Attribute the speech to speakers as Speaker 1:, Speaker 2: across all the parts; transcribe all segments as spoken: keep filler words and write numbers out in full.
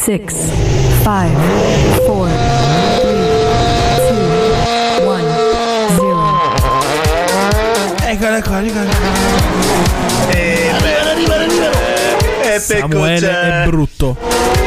Speaker 1: six, five, four, three, two, one, zero.
Speaker 2: Eccola qua, eccola qua.
Speaker 3: E
Speaker 2: arriva, arriva, arriva.
Speaker 3: E
Speaker 2: Samuele è brutto.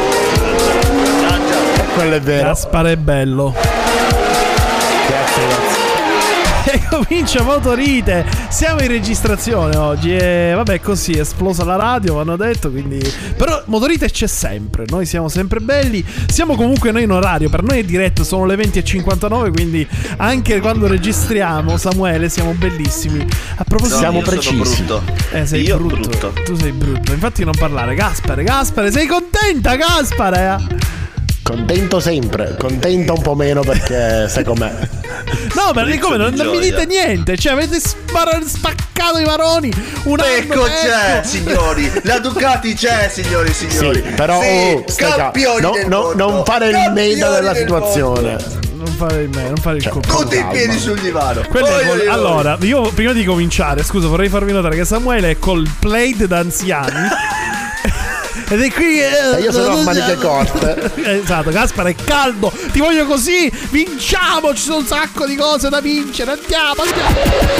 Speaker 4: Quello è vero.
Speaker 2: Gaspare è bello.
Speaker 4: Grazie, grazie.
Speaker 2: E comincia Motorite. Siamo in registrazione oggi. E vabbè, così è esplosa la radio, mi hanno detto. Quindi, però Motorite c'è sempre. Noi siamo sempre belli. Siamo comunque noi in orario. Per noi è diretto, sono le venti e cinquantanove. Quindi anche quando registriamo, Samuele, siamo bellissimi. A proposito,
Speaker 3: no,
Speaker 4: siamo
Speaker 3: io
Speaker 4: precisi.
Speaker 3: sono brutto.
Speaker 2: Eh, sei
Speaker 3: io
Speaker 2: brutto.
Speaker 3: brutto.
Speaker 2: Tu sei brutto. Infatti non parlare. Gaspare, Gaspare, sei contenta, Gaspare?
Speaker 4: Contento sempre, contento un po' meno perché sai com'è.
Speaker 2: No, ma come non, non mi
Speaker 3: gioia.
Speaker 2: dite niente? Cioè, avete spar- spaccato i maroni. Un
Speaker 3: Ecco
Speaker 2: anno,
Speaker 3: c'è,
Speaker 2: ecco.
Speaker 3: signori. La Ducati c'è, signori, signori.
Speaker 4: Sì, però
Speaker 3: Sì,
Speaker 4: oh, stai
Speaker 3: campioni
Speaker 4: calmo.
Speaker 3: del
Speaker 4: No, no,
Speaker 3: mondo.
Speaker 4: non fare il
Speaker 3: Campioni
Speaker 4: meta della
Speaker 3: del
Speaker 4: situazione.
Speaker 3: mondo.
Speaker 2: Non fare il me, non fare il
Speaker 4: Cioè,
Speaker 2: colpo.
Speaker 3: Tutti i piedi sul divano.
Speaker 2: Quello è
Speaker 3: Oi,
Speaker 2: col-
Speaker 3: oi, oi.
Speaker 2: allora, io prima di cominciare, scusa, vorrei farvi notare che Samuele è col plaid da anziani. Ed è qui eh,
Speaker 4: E io sono a maniche corte.
Speaker 2: Esatto, Gaspare è caldo. Ti voglio così. Vinciamo, ci sono un sacco di cose da vincere. Andiamo, andiamo.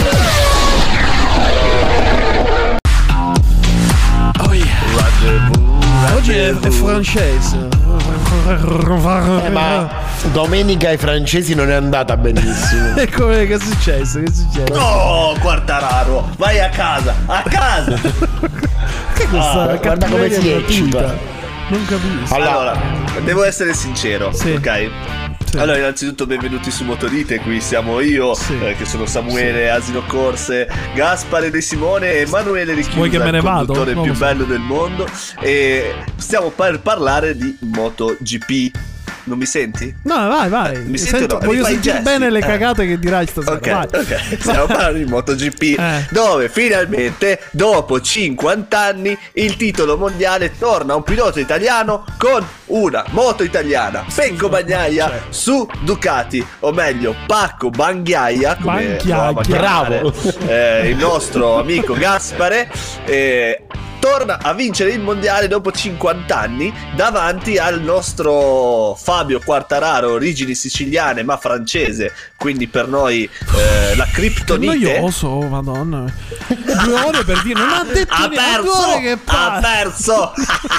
Speaker 2: Oh yeah. Oggi è, è francese.
Speaker 4: Eh, ma domenica ai francesi non è andata benissimo.
Speaker 2: E come, che è successo? Che è successo?
Speaker 3: No, Quartararo, vai a casa, a casa.
Speaker 2: Che è questa
Speaker 4: Ah, guarda come
Speaker 2: cattiveria
Speaker 4: si
Speaker 2: gratuita?
Speaker 4: eccita.
Speaker 2: Non capisco.
Speaker 4: Allora,
Speaker 3: Allora, devo essere sincero,
Speaker 2: Sì.
Speaker 3: ok?
Speaker 2: Sì.
Speaker 3: Allora, innanzitutto benvenuti su Motorite, qui siamo io,
Speaker 2: Sì.
Speaker 3: eh, che sono Samuele Asino Corse, Gaspare De Simone e Emanuele Richiusa,
Speaker 2: Vuoi che me ne
Speaker 3: il
Speaker 2: vado?
Speaker 3: conduttore
Speaker 2: Non
Speaker 3: più
Speaker 2: lo so.
Speaker 3: bello del mondo. E stiamo per parlare di MotoGP. Non mi senti?
Speaker 2: No, vai, vai.
Speaker 3: Mi senti
Speaker 2: Sento-
Speaker 3: o no?
Speaker 2: voglio
Speaker 3: Rifai i
Speaker 2: sentire
Speaker 3: gesti.
Speaker 2: bene le
Speaker 3: Eh.
Speaker 2: cagate che dirai stasera.
Speaker 3: Ok,
Speaker 2: vai.
Speaker 3: ok, stiamo parlando di MotoGP,
Speaker 2: Eh.
Speaker 3: dove finalmente dopo cinquanta anni il titolo mondiale torna a un pilota italiano con una moto italiana, Pecco Bagnaia
Speaker 2: Cioè.
Speaker 3: su Ducati, o meglio Pacco Bagnaia, come
Speaker 2: Bagnaia.
Speaker 3: lo ama chiamare,
Speaker 4: Bravo.
Speaker 3: eh, il nostro amico Gaspare, eh, torna a vincere il mondiale dopo cinquanta anni davanti al nostro Fabio Quartararo, origini siciliane ma francese, quindi per noi eh, la
Speaker 2: Che
Speaker 3: criptonite.
Speaker 2: noioso, oh, madonna. Due ore per dire, non ha detto
Speaker 3: Ha
Speaker 2: niente. Due
Speaker 3: perso,
Speaker 2: ore che
Speaker 3: ha
Speaker 2: parla.
Speaker 3: perso.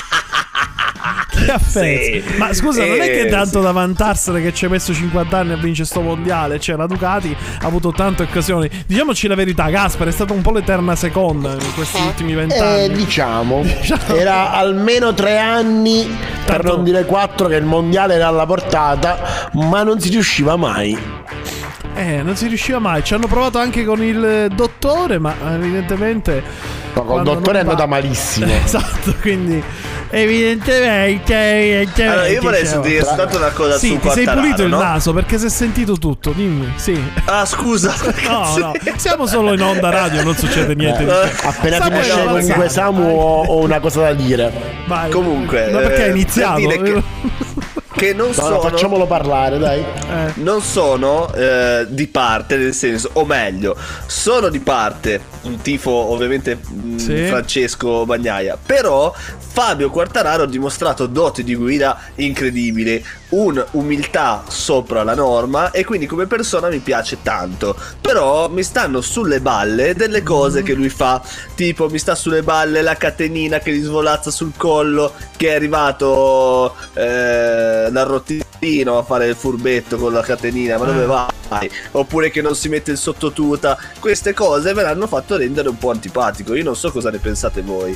Speaker 2: Che affezzo.
Speaker 3: Sì.
Speaker 2: Ma scusa, non è che
Speaker 3: Eh,
Speaker 2: tanto
Speaker 3: sì.
Speaker 2: da vantarsene che ci hai messo cinquanta anni a vincere sto mondiale. Cioè, la Ducati ha avuto tante occasioni. Diciamoci la verità, Gaspare è stata un po' l'eterna seconda in questi ultimi
Speaker 4: eh,
Speaker 2: vent'anni.
Speaker 4: diciamo, era almeno tre anni, per
Speaker 2: Tanto-
Speaker 4: non dire quattro, che il mondiale era alla portata, ma non si riusciva mai.
Speaker 2: Eh, non si riusciva mai. Ci hanno provato anche con il dottore, ma evidentemente.
Speaker 4: Ma col
Speaker 2: quando
Speaker 4: dottore è
Speaker 2: non
Speaker 4: andata
Speaker 2: va-
Speaker 4: malissimo.
Speaker 2: Esatto, quindi evidentemente, evidentemente
Speaker 3: Allora, io vorrei
Speaker 2: diceva.
Speaker 3: dire soltanto una cosa
Speaker 2: Sì,
Speaker 3: su
Speaker 2: ti sei
Speaker 3: Quartararo,
Speaker 2: pulito il
Speaker 3: no?
Speaker 2: naso perché si è sentito tutto, dimmi. Sì.
Speaker 3: Ah, scusa.
Speaker 2: No, no, siamo solo in onda radio, non succede niente. di
Speaker 3: Eh,
Speaker 2: che.
Speaker 4: Appena
Speaker 2: Samuele,
Speaker 4: finisce
Speaker 2: avanza.
Speaker 4: comunque Samu ho, ho una cosa da dire.
Speaker 2: Vai.
Speaker 3: Comunque,
Speaker 2: Ma perché
Speaker 3: eh,
Speaker 2: hai iniziato?
Speaker 3: per dire che- Che non
Speaker 4: No,
Speaker 3: sono
Speaker 4: no, facciamolo parlare, dai.
Speaker 2: Eh.
Speaker 3: non sono eh, di parte, nel senso, o meglio, sono di parte un tifo ovviamente mh,
Speaker 2: Sì.
Speaker 3: Francesco Bagnaia, però Fabio Quartararo ha dimostrato doti di guida incredibili, un'umiltà sopra la norma, e quindi come persona mi piace tanto. Però mi stanno sulle balle delle cose che lui fa, tipo mi sta sulle balle la catenina che gli svolazza sul collo, che è arrivato eh, dal rottino a fare il furbetto con la catenina, ma dove vai? Oppure che non si mette il sottotuta. Queste cose me l'hanno fatto rendere un po' antipatico. Io non so cosa ne pensate voi.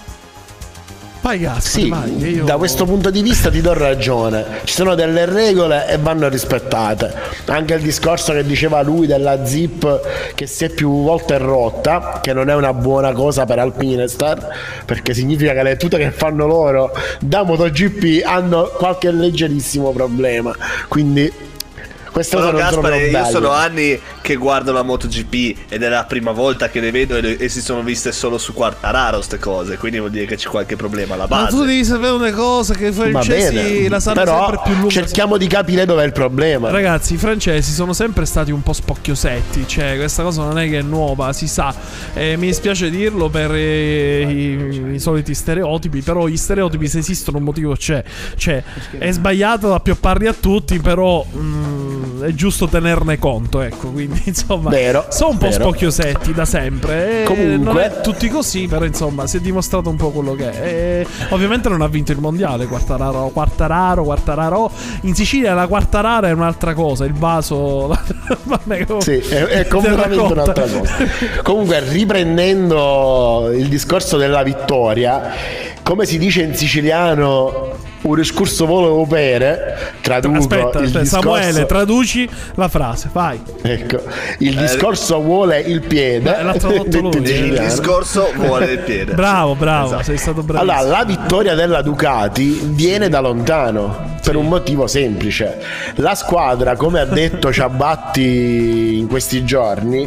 Speaker 2: Vai, Gaspare,
Speaker 4: Sì,
Speaker 2: vai, che io...
Speaker 4: da questo punto di vista ti do ragione. Ci sono delle regole e vanno rispettate. Anche il discorso che diceva lui della zip che si è più volte rotta, che non è una buona cosa per Alpinestar, perché significa che le tute che fanno loro da MotoGP hanno qualche leggerissimo problema. Quindi Queste
Speaker 3: Però
Speaker 4: cose non sono
Speaker 3: Gaspare,
Speaker 4: proprio
Speaker 3: io
Speaker 4: belle.
Speaker 3: sono anni che guardo la MotoGP ed è la prima volta che le vedo e, e si sono viste solo su Quartararo ste cose, quindi vuol dire che c'è qualche problema alla
Speaker 2: Ma
Speaker 3: base.
Speaker 2: tu devi sapere una cosa, che i
Speaker 4: Va
Speaker 2: francesi
Speaker 4: bene,
Speaker 2: la sanno
Speaker 4: però
Speaker 2: sempre più lunga.
Speaker 4: cerchiamo di capire dov'è il problema.
Speaker 2: Ragazzi, i francesi sono sempre stati un po' spocchiosetti, cioè questa cosa non è che è nuova, si sa. Eh, mi dispiace dirlo per eh, i, i soliti stereotipi, però gli stereotipi, se esistono, un motivo c'è. Cioè, è sbagliato appiopparli a tutti, però mm, è giusto tenerne conto, ecco. Quindi, insomma,
Speaker 4: Vero,
Speaker 2: sono un po'
Speaker 4: vero.
Speaker 2: spocchiosetti da sempre. E
Speaker 4: Comunque-
Speaker 2: non è tutti così, però insomma, si è dimostrato un po' quello che è. E ovviamente non ha vinto il mondiale. Quartararo, Quartararo, Quartararo. In Sicilia la Quartararo è un'altra cosa. Il vaso, vabbè, com-
Speaker 4: Sì, è, è
Speaker 2: te
Speaker 4: completamente
Speaker 2: racconta.
Speaker 4: un'altra cosa. Comunque, riprendendo il discorso della vittoria, come si dice in siciliano, un discorso volevo bere, traduco
Speaker 2: Aspetta,
Speaker 4: il
Speaker 2: aspetta,
Speaker 4: discorso,
Speaker 2: Samuele, traduci la frase, vai.
Speaker 4: ecco, il discorso vuole il piede.
Speaker 2: Eh, l'ha tradotto
Speaker 4: detto
Speaker 2: lui.
Speaker 4: in
Speaker 3: Il
Speaker 4: siciliano.
Speaker 3: discorso vuole il piede.
Speaker 2: Bravo, bravo,
Speaker 3: Esatto.
Speaker 2: sei stato bravissimo.
Speaker 4: Allora, la vittoria della Ducati viene da lontano per un motivo semplice. La squadra, come ha detto Ciabatti in questi giorni,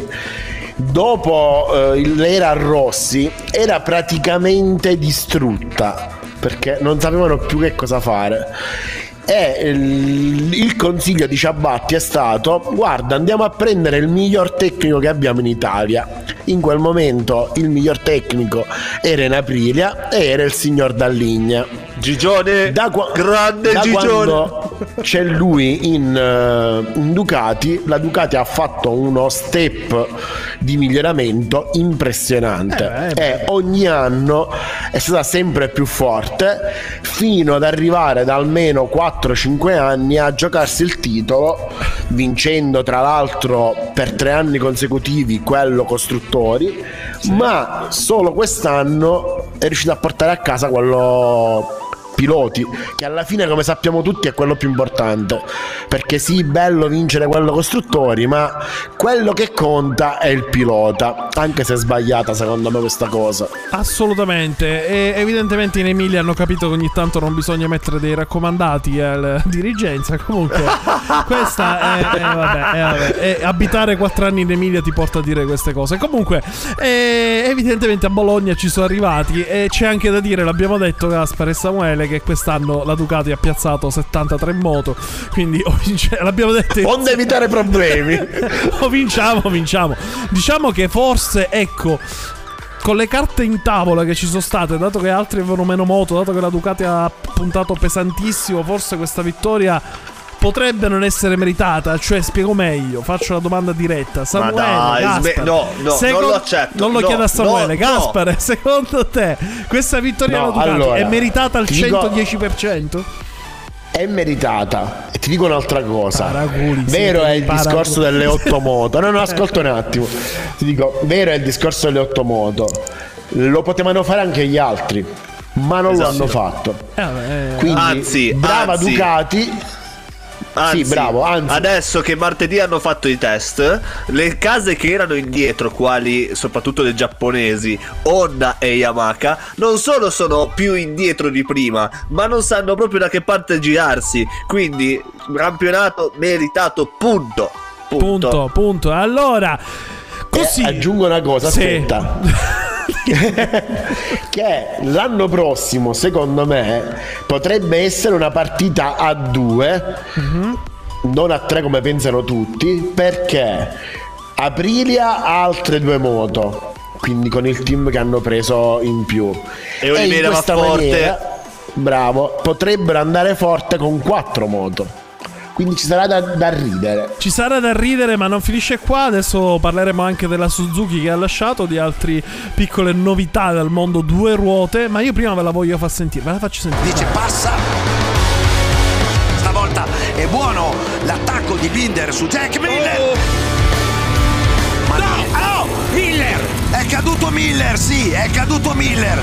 Speaker 4: dopo eh, l'era Rossi era praticamente distrutta perché non sapevano più che cosa fare. E il, il consiglio di Ciabatti è stato: guarda, andiamo a prendere il miglior tecnico che abbiamo in Italia. In quel momento il miglior tecnico era in Aprilia e era il signor Dalligna.
Speaker 3: Gigione,
Speaker 4: Da qua-
Speaker 3: grande
Speaker 4: da
Speaker 3: Gigione.
Speaker 4: quando c'è lui in, eh, in Ducati, la Ducati ha fatto uno step di miglioramento impressionante
Speaker 2: Eh, beh,
Speaker 4: e ogni anno è stata sempre più forte fino ad arrivare da almeno quattro cinque anni a giocarsi il titolo, vincendo tra l'altro per tre anni consecutivi quello costruttori, ma solo quest'anno è riuscito a portare a casa quello piloti, che alla fine, come sappiamo tutti, è quello più importante, perché sì, bello vincere quello costruttori, ma quello che conta è il pilota, anche se è sbagliata secondo me questa cosa.
Speaker 2: Assolutamente. E evidentemente in Emilia hanno capito che ogni tanto non bisogna mettere dei raccomandati alla dirigenza. Comunque questa è, è, vabbè, è, vabbè, è- abitare quattro anni in Emilia ti porta a dire queste cose. Comunque eh, evidentemente a Bologna ci sono arrivati. E c'è anche da dire, l'abbiamo detto Gaspare e Samuele, che quest'anno la Ducati ha piazzato settantatré moto. Quindi o vince- l'abbiamo detto
Speaker 4: Onde evitare problemi.
Speaker 2: o vinciamo o vinciamo. Diciamo che forse, ecco, con le carte in tavola che ci sono state, dato che altri avevano meno moto, dato che la Ducati ha puntato pesantissimo, forse questa vittoria potrebbe non essere meritata. Cioè, spiego meglio, faccio la domanda diretta. Samuele,
Speaker 3: dai,
Speaker 2: Gaspare,
Speaker 3: sme- no, no, non lo accetto.
Speaker 2: Non lo
Speaker 3: No,
Speaker 2: chiedo a Samuele.
Speaker 3: no,
Speaker 2: Gaspare, secondo te questa vittoria
Speaker 4: No,
Speaker 2: della Ducati
Speaker 4: allora,
Speaker 2: è meritata al
Speaker 4: ti dico-
Speaker 2: centodieci per cento?
Speaker 4: È meritata. E ti dico un'altra cosa.
Speaker 2: Paraguli, sì,
Speaker 4: vero è il
Speaker 2: paraguli.
Speaker 4: discorso delle otto moto. No, no, ascolta un attimo. Ti dico, vero è il discorso delle otto moto. Lo potevano fare anche gli altri, ma non
Speaker 3: Esatto.
Speaker 4: l'hanno fatto.
Speaker 2: Eh, vabbè,
Speaker 4: Quindi,
Speaker 3: Anzi,
Speaker 4: brava
Speaker 3: anzi.
Speaker 4: Ducati.
Speaker 3: Anzi,
Speaker 4: Sì, bravo, anzi.
Speaker 3: adesso che martedì hanno fatto i test, le case che erano indietro, quali soprattutto le giapponesi, Honda e Yamaha, non solo sono più indietro di prima, ma non sanno proprio da che parte girarsi. Quindi, campionato meritato, punto. Punto.
Speaker 2: punto, punto. Allora, così
Speaker 4: E aggiungo una cosa,
Speaker 2: Sì.
Speaker 4: aspetta. Che l'anno prossimo, secondo me, potrebbe essere una partita a due, non a tre come pensano tutti, perché Aprilia ha altre due moto, quindi con il team che hanno preso in più,
Speaker 3: E Oliveira
Speaker 4: in
Speaker 3: va
Speaker 4: questa
Speaker 3: forte.
Speaker 4: maniera, bravo, potrebbero andare forte con quattro moto. Quindi ci sarà da, da ridere.
Speaker 2: Ci sarà da ridere, ma non finisce qua. Adesso parleremo anche della Suzuki che ha lasciato, di altre piccole novità dal mondo due ruote. Ma io prima ve la voglio far sentire, ve la faccio sentire.
Speaker 5: Dice passa, stavolta è buono l'attacco di Binder su Jack Miller. Ma no, oh, Miller, è caduto Miller, sì, è caduto Miller.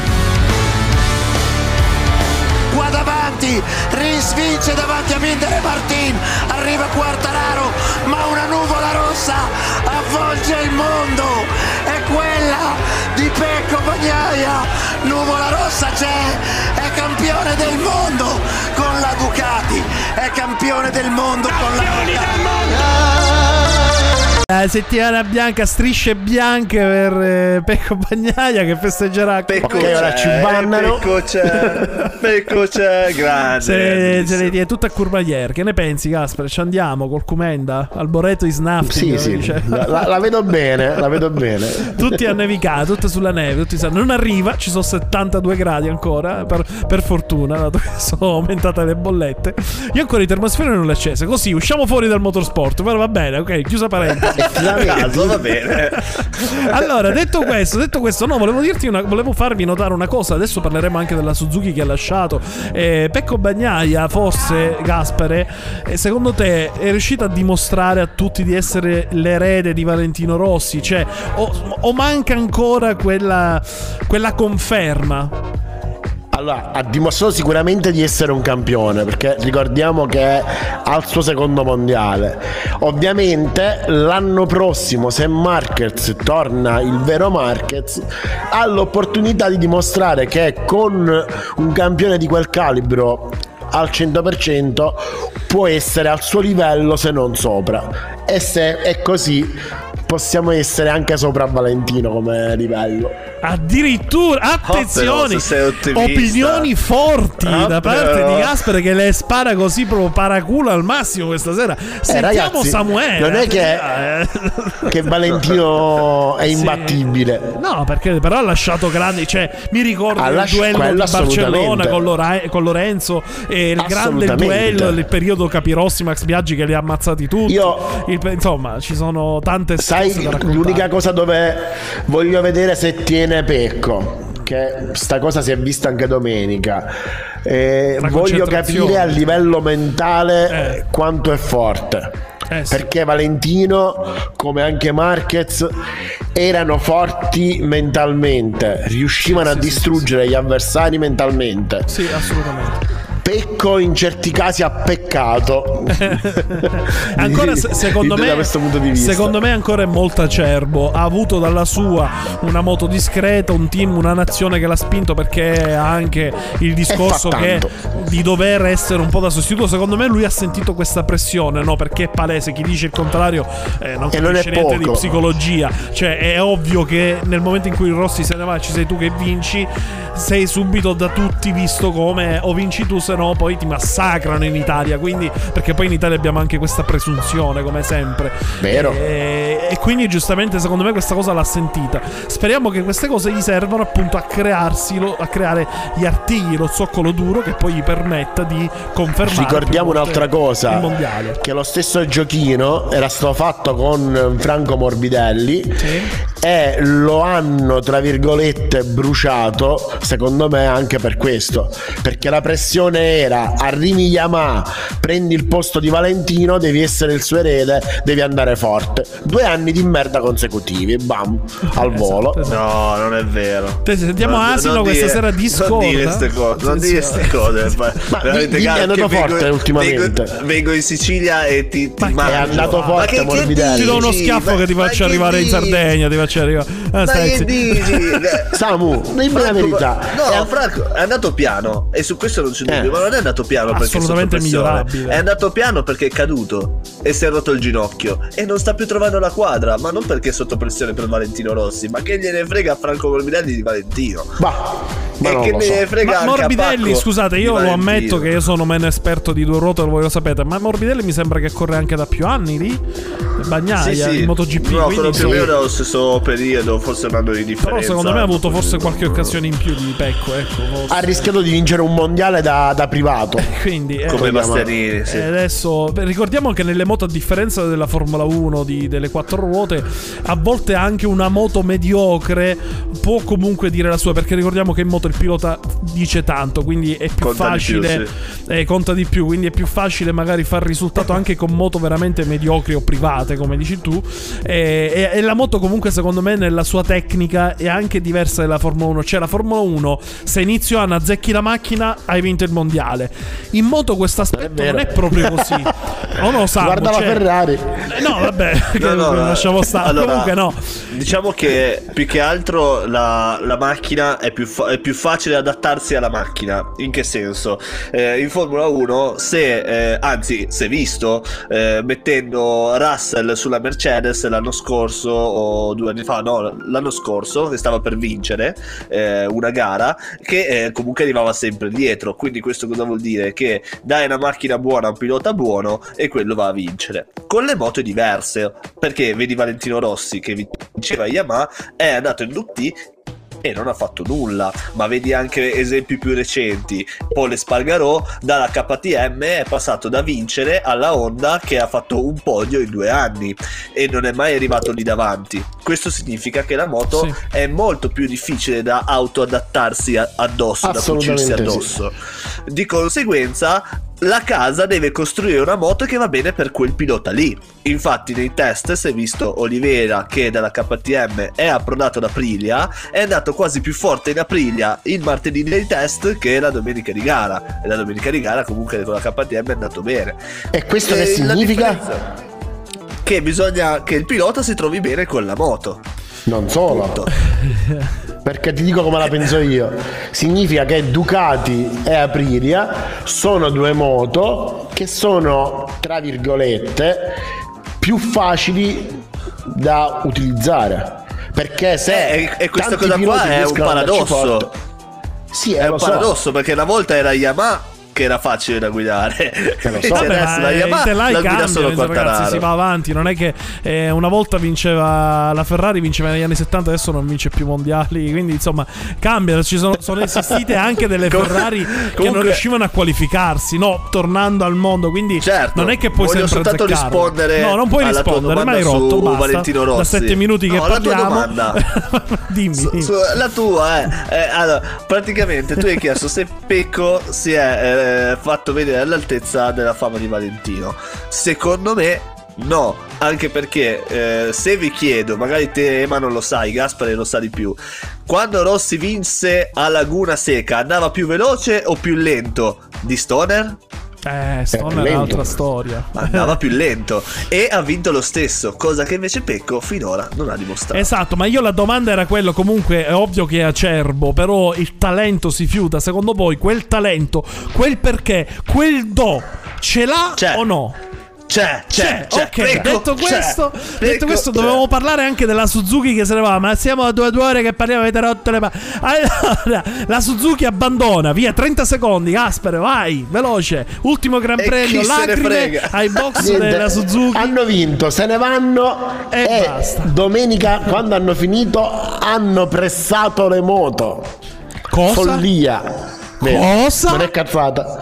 Speaker 5: Qua davanti, Rins vince davanti a Binder e Martin, arriva Quartararo, ma una nuvola rossa avvolge il mondo, è quella di Pecco Bagnaia, nuvola rossa c'è, è campione del mondo con la Ducati, è campione del mondo con la
Speaker 2: La settimana bianca, strisce bianche per eh, Pecco Bagnaia che festeggerà.
Speaker 3: Pecco
Speaker 4: Ok,
Speaker 3: c'è,
Speaker 4: ora ci bannano.
Speaker 3: Pecco c'è, Pecco c'è, grande.
Speaker 2: Se le, se le
Speaker 3: bellissimo.
Speaker 2: tiene tutte a Courmayeur. Che ne pensi, Gaspare? Ci andiamo col Comenda? Alboreto is nothing.
Speaker 4: Sì, sì,
Speaker 2: dice.
Speaker 4: la, la- la vedo bene, la vedo bene.
Speaker 2: Tutti a nevicare, tutte sulla neve, tutti sanno. Non arriva, ci sono settantadue gradi ancora, per, per fortuna, dato che sono aumentate le bollette. Io ancora i termosiferi non li ho accesi, così usciamo fuori dal motorsport, però va bene, ok, chiusa parentesi.
Speaker 3: Caso, va bene.
Speaker 2: Allora, detto questo, detto questo, no, volevo dirti una, volevo farvi notare una cosa. Adesso parleremo anche della Suzuki che ha lasciato. Eh, Pecco Bagnaia, forse Gaspare, eh, secondo te è riuscita a dimostrare a tutti di essere l'erede di Valentino Rossi? Cioè, o, o manca ancora quella, quella conferma?
Speaker 4: Allora, ha dimostrato sicuramente di essere un campione, perché ricordiamo che è al suo secondo mondiale. Ovviamente l'anno prossimo, se Marquez torna il vero Marquez, ha l'opportunità di dimostrare che con un campione di quel calibro al cento per cento può essere al suo livello, se non sopra. E se è così, possiamo essere anche sopra Valentino come livello.
Speaker 2: Addirittura, attenzione,
Speaker 3: Oh, però, se sei ottimista.
Speaker 2: opinioni forti
Speaker 3: Ah,
Speaker 2: da parte
Speaker 3: però.
Speaker 2: di Gaspare che le spara così proprio paraculo al massimo questa sera. Sentiamo
Speaker 4: ragazzi,
Speaker 2: Samuele.
Speaker 4: non è che-
Speaker 2: Eh.
Speaker 4: Che Valentino è
Speaker 2: Sì.
Speaker 4: imbattibile.
Speaker 2: No, perché però ha lasciato grandi, cioè mi ricordo
Speaker 4: Ha
Speaker 2: il
Speaker 4: lasci-
Speaker 2: duello di
Speaker 4: quello
Speaker 2: Barcellona
Speaker 4: assolutamente.
Speaker 2: con, Lora- con Lorenzo e il grande
Speaker 4: Assolutamente.
Speaker 2: duello, il periodo Capirossi, Max Biaggi che li ha ammazzati tutti.
Speaker 4: Io-
Speaker 2: Il- insomma, ci sono tante
Speaker 4: Sai,
Speaker 2: cose da raccontare.
Speaker 4: l'unica cosa dove voglio vedere se tiene Pecco, che sta cosa si è vista anche domenica. Eh,
Speaker 2: La
Speaker 4: voglio
Speaker 2: concentrazione.
Speaker 4: capire a livello mentale
Speaker 2: Eh.
Speaker 4: quanto è forte.
Speaker 2: Eh sì.
Speaker 4: Perché Valentino, come anche Marquez, erano forti mentalmente, riuscivano
Speaker 2: Sì,
Speaker 4: a
Speaker 2: sì,
Speaker 4: distruggere gli avversari mentalmente.
Speaker 2: Sì, assolutamente.
Speaker 4: Pecco in certi casi ha peccato.
Speaker 2: Ancora se- secondo
Speaker 4: Da
Speaker 2: me
Speaker 4: questo punto di vista.
Speaker 2: secondo me ancora è molto acerbo. Ha avuto dalla sua una moto discreta, un team, una nazione che l'ha spinto, perché ha anche il discorso
Speaker 4: fa
Speaker 2: che
Speaker 4: tanto.
Speaker 2: di dover essere un po' da sostituto. Secondo me lui ha sentito questa pressione, no? Perché è palese, chi dice il contrario eh, non
Speaker 4: E non
Speaker 2: capisce
Speaker 4: è
Speaker 2: niente di
Speaker 4: poco.
Speaker 2: psicologia. Cioè è ovvio che nel momento in cui il Rossi se ne va, ci sei tu che vinci, sei subito da tutti visto come o vinci tu, se no poi ti massacrano in Italia. Quindi, perché poi in Italia abbiamo anche questa presunzione, come sempre.
Speaker 4: Vero.
Speaker 2: E, e quindi giustamente secondo me questa cosa l'ha sentita. Speriamo che queste cose gli servano appunto a crearsi lo- a creare gli artigli, lo zoccolo duro che poi gli permetta di confermare.
Speaker 4: Ricordiamo
Speaker 2: più volte
Speaker 4: un'altra cosa,
Speaker 2: il mondiale.
Speaker 4: che lo stesso giochino era stato fatto con Franco Morbidelli
Speaker 2: Sì.
Speaker 4: e lo hanno tra virgolette bruciato, secondo me anche per questo, perché la pressione era: arrivi Yamaha, prendi il posto di Valentino, devi essere il suo erede, devi andare forte. Due anni di merda consecutivi, bam, al volo.
Speaker 2: Esatto.
Speaker 3: No, non è vero.
Speaker 2: Te- sentiamo
Speaker 3: Non-
Speaker 2: Asino
Speaker 3: non
Speaker 2: questa
Speaker 3: dire-
Speaker 2: sera discorda.
Speaker 3: Non dire queste cose, non dire queste cose.
Speaker 4: Ma
Speaker 3: Veramente,
Speaker 4: di- di- è
Speaker 3: cara,
Speaker 4: andato
Speaker 3: che
Speaker 4: forte
Speaker 3: vengo-
Speaker 4: ultimamente.
Speaker 3: Vengo, vengo in Sicilia e ti, ti
Speaker 2: Ma che-
Speaker 3: mangio.
Speaker 4: è andato
Speaker 3: Ma
Speaker 4: forte,
Speaker 3: che- che
Speaker 4: Morbidelli.
Speaker 2: Ti do uno
Speaker 3: dici?
Speaker 2: schiaffo
Speaker 3: Ma-
Speaker 2: che ti
Speaker 3: ma
Speaker 2: faccio
Speaker 3: che
Speaker 2: arrivare in
Speaker 3: dici?
Speaker 2: Sardegna. Ti faccio arrivare. Ah,
Speaker 3: Ma
Speaker 2: stai
Speaker 3: che
Speaker 2: zitto.
Speaker 3: dici?
Speaker 4: Samu, dimmi la
Speaker 3: Franco-
Speaker 4: verità.
Speaker 3: No,
Speaker 4: È-
Speaker 3: Franco è andato piano e su questo non c'è dubbio,
Speaker 4: Eh.
Speaker 3: ma non è andato piano perché è sotto
Speaker 2: Assolutamente
Speaker 3: pressione.
Speaker 2: migliorabile.
Speaker 3: È andato piano perché è caduto e si è rotto il ginocchio e non sta più trovando la quadra, ma non perché è sotto pressione per Valentino Rossi, ma che gliene frega a Franco Morbidelli di Valentino.
Speaker 4: Bah, ma
Speaker 3: e
Speaker 4: non
Speaker 3: che
Speaker 4: lo
Speaker 3: ne
Speaker 4: so.
Speaker 3: frega
Speaker 2: Ma
Speaker 3: anche a
Speaker 2: Morbidelli,
Speaker 3: Pacco
Speaker 2: scusate,
Speaker 3: di
Speaker 2: io lo
Speaker 3: Valentino.
Speaker 2: ammetto che io sono meno esperto di due ruote, voi lo sapete, ma Morbidelli mi sembra che corre anche da più anni lì. Bagnaia in MotoGP.
Speaker 3: No,
Speaker 2: quindi
Speaker 3: quello più o
Speaker 2: sì.
Speaker 3: meno nello stesso periodo, forse un anno di differenza.
Speaker 2: Però secondo me ha avuto forse qualche occasione in più di Pecco, ecco. forse.
Speaker 4: Ha rischiato di vincere un mondiale da, da privato.
Speaker 2: Quindi eh,
Speaker 3: come
Speaker 4: Vogliamo-
Speaker 3: Bastianini, sì.
Speaker 2: E adesso beh, ricordiamo che nelle moto, a differenza della Formula uno, di- delle quattro ruote, a volte anche una moto mediocre può comunque dire la sua, perché ricordiamo che in moto il pilota dice tanto, quindi è più
Speaker 3: Conta di più,
Speaker 2: facile, eh, conta di più, quindi è più facile magari far risultato anche con moto veramente mediocri o private, come dici tu. E, e- e la moto comunque secondo me nella sua tecnica è anche diversa dalla Formula uno. Cioè la Formula uno, se inizio anno azzecchi la macchina, hai vinto il mondiale. In moto questo aspetto
Speaker 4: vero.
Speaker 2: non è proprio così. O no, Samu,
Speaker 4: Guarda la
Speaker 2: cioè-
Speaker 4: Ferrari.
Speaker 2: Eh, No, vabbè, che
Speaker 3: No, no, no.
Speaker 2: lasciamo stare.
Speaker 3: Allora,
Speaker 2: Comunque no.
Speaker 3: Diciamo che più che altro la, la macchina è più, fa- è più facile adattarsi alla macchina. In che senso? Eh, in Formula uno, se eh, anzi, si è visto eh, mettendo Russell sulla Mercedes l'anno scorso o due anni fa, no, l'anno scorso, che stava per vincere eh, una gara, che eh, comunque arrivava sempre dietro. Quindi questo cosa vuol dire? Che dai una macchina buona a un pilota buono e quello va a vincere. Con le moto è diverse, perché vedi Valentino Rossi che vinceva Yamaha, è andato in D T e non ha fatto nulla. Ma vedi anche esempi più recenti, Paul Espargaró dalla K T M è passato da vincere alla Honda, che ha fatto un podio in due anni e non è mai arrivato lì davanti. Questo significa che la moto sì. è molto più difficile da autoadattarsi addosso, da cucirsi addosso. Sì. Di conseguenza la casa deve costruire una moto che va bene per quel pilota lì. Infatti nei test si è visto Oliveira che dalla K T M è approdato ad Aprilia, è andato quasi più forte in Aprilia il martedì dei test che la domenica di gara, e la domenica di gara comunque con la K T M è andato bene.
Speaker 4: E questo e che significa?
Speaker 3: Che bisogna che il pilota si trovi bene con la moto.
Speaker 4: Non solo. Perché ti dico come la penso io. Significa che Ducati e Aprilia sono due moto che sono, tra virgolette, più facili da utilizzare. Perché se
Speaker 3: eh, e questa cosa qua è un paradosso.
Speaker 4: Sì,
Speaker 3: è un
Speaker 4: so.
Speaker 3: paradosso, perché una volta era Yamaha che era facile da guidare,
Speaker 4: lo so.
Speaker 2: Vabbè,
Speaker 3: adesso la Yamaha la guida solo Quartararo.
Speaker 2: Ragazzi, si va avanti, non è che eh, una volta vinceva la Ferrari, vinceva negli anni settanta, adesso non vince più mondiali, quindi insomma cambia, ci sono, sono esistite anche delle Ferrari comunque, che non riuscivano a qualificarsi, no, tornando al mondo, quindi
Speaker 3: certo,
Speaker 2: non è che puoi
Speaker 3: voglio
Speaker 2: sempre
Speaker 3: soltanto
Speaker 2: azzeccarlo.
Speaker 3: rispondere
Speaker 2: no, non puoi
Speaker 3: alla
Speaker 2: rispondere, ma hai rotto, basta.
Speaker 3: Valentino Rossi.
Speaker 2: Da sette minuti che
Speaker 3: no,
Speaker 2: parliamo.
Speaker 3: La tua domanda.
Speaker 2: Dimmi.
Speaker 3: Su, su, la tua è eh, eh, allora, praticamente tu hai chiesto se Pecco si è eh, fatto vedere all'altezza della fama di Valentino. Secondo me no, anche perché eh, se vi chiedo, magari te Ema non lo sai, Gaspare lo sa di più, quando Rossi vinse a Laguna Seca andava più veloce o più lento di Stoner?
Speaker 2: Eh, Stoner è un'altra storia.
Speaker 3: Andava più lento e ha vinto lo stesso, cosa che invece Pecco finora non ha dimostrato.
Speaker 2: Esatto, ma io la domanda era quello, comunque è ovvio che è acerbo, però il talento si fiuta. Secondo voi quel talento, quel perché, quel do ce l'ha
Speaker 3: c'è.
Speaker 2: o no?
Speaker 3: C'è, c'è, c'è.
Speaker 2: Ok,
Speaker 3: Pecco,
Speaker 2: detto questo,
Speaker 3: c'è.
Speaker 2: detto
Speaker 3: Pecco,
Speaker 2: questo
Speaker 3: c'è.
Speaker 2: dovevamo parlare anche della Suzuki che se ne va. Ma siamo a due, due ore che parliamo, avete rotto le palle. Allora, la Suzuki abbandona, via, trenta secondi, Gaspare, vai, veloce. Ultimo Gran
Speaker 3: E
Speaker 2: Premio,
Speaker 3: chi se ne
Speaker 2: lacrime
Speaker 3: frega?
Speaker 2: ai box
Speaker 4: Niente,
Speaker 2: della Suzuki.
Speaker 4: hanno vinto, se ne vanno
Speaker 2: E
Speaker 4: e,
Speaker 2: basta.
Speaker 4: domenica quando hanno finito hanno pressato le moto.
Speaker 2: Cosa?
Speaker 4: Follia.
Speaker 2: Cosa?
Speaker 4: Non è cazzata.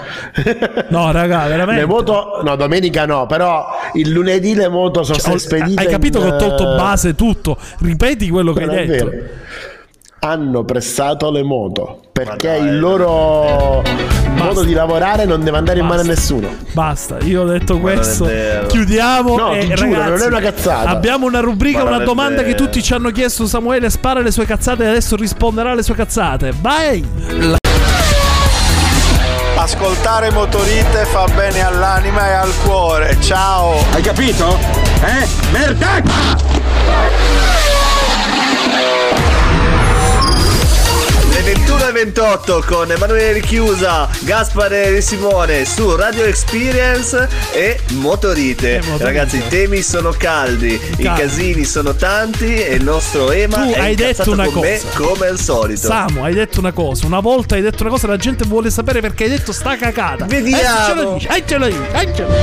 Speaker 2: No, raga, veramente.
Speaker 4: Le moto, no, domenica no, però il lunedì le moto sono
Speaker 2: Cioè,
Speaker 4: state spedite.
Speaker 2: hai capito
Speaker 4: in,
Speaker 2: che ho tolto base tutto? Ripeti quello che
Speaker 4: non
Speaker 2: hai
Speaker 4: è
Speaker 2: detto.
Speaker 4: vero. Hanno pressato le moto perché
Speaker 3: dai,
Speaker 4: il loro modo di lavorare non deve andare in mano a nessuno.
Speaker 2: Basta, io ho detto
Speaker 3: Ma non è
Speaker 2: questo.
Speaker 3: vero.
Speaker 2: Chiudiamo.
Speaker 4: No,
Speaker 2: e,
Speaker 4: ti giuro,
Speaker 2: ragazzi,
Speaker 4: non è una cazzata.
Speaker 2: Abbiamo una rubrica,
Speaker 3: Ma non
Speaker 2: una
Speaker 3: è
Speaker 2: domanda
Speaker 3: vero.
Speaker 2: che tutti ci hanno chiesto. Samuele spara le sue cazzate e adesso risponderà alle sue cazzate. Vai!
Speaker 6: Ascoltare Motorite fa bene all'anima e al cuore. Ciao.
Speaker 7: Hai capito? Eh? Merda!
Speaker 3: Le ventuno e ventotto con Emanuele Richiusa, Gaspare Di Simone su Radio Experience e Motorite.
Speaker 2: E Motorite.
Speaker 3: Ragazzi, i temi sono caldi, i
Speaker 2: Caldi.
Speaker 3: casini sono tanti e il nostro Ema
Speaker 2: Tu
Speaker 3: è
Speaker 2: hai
Speaker 3: incazzato
Speaker 2: detto una
Speaker 3: con me
Speaker 2: cosa.
Speaker 3: come al solito.
Speaker 2: Samu, hai detto una cosa. Una volta hai detto una cosa, la gente vuole sapere perché hai detto sta cacata.
Speaker 3: Vediamo.
Speaker 2: Eh, ce lo dici, eh, ce lo dici, eh, ce lo dici.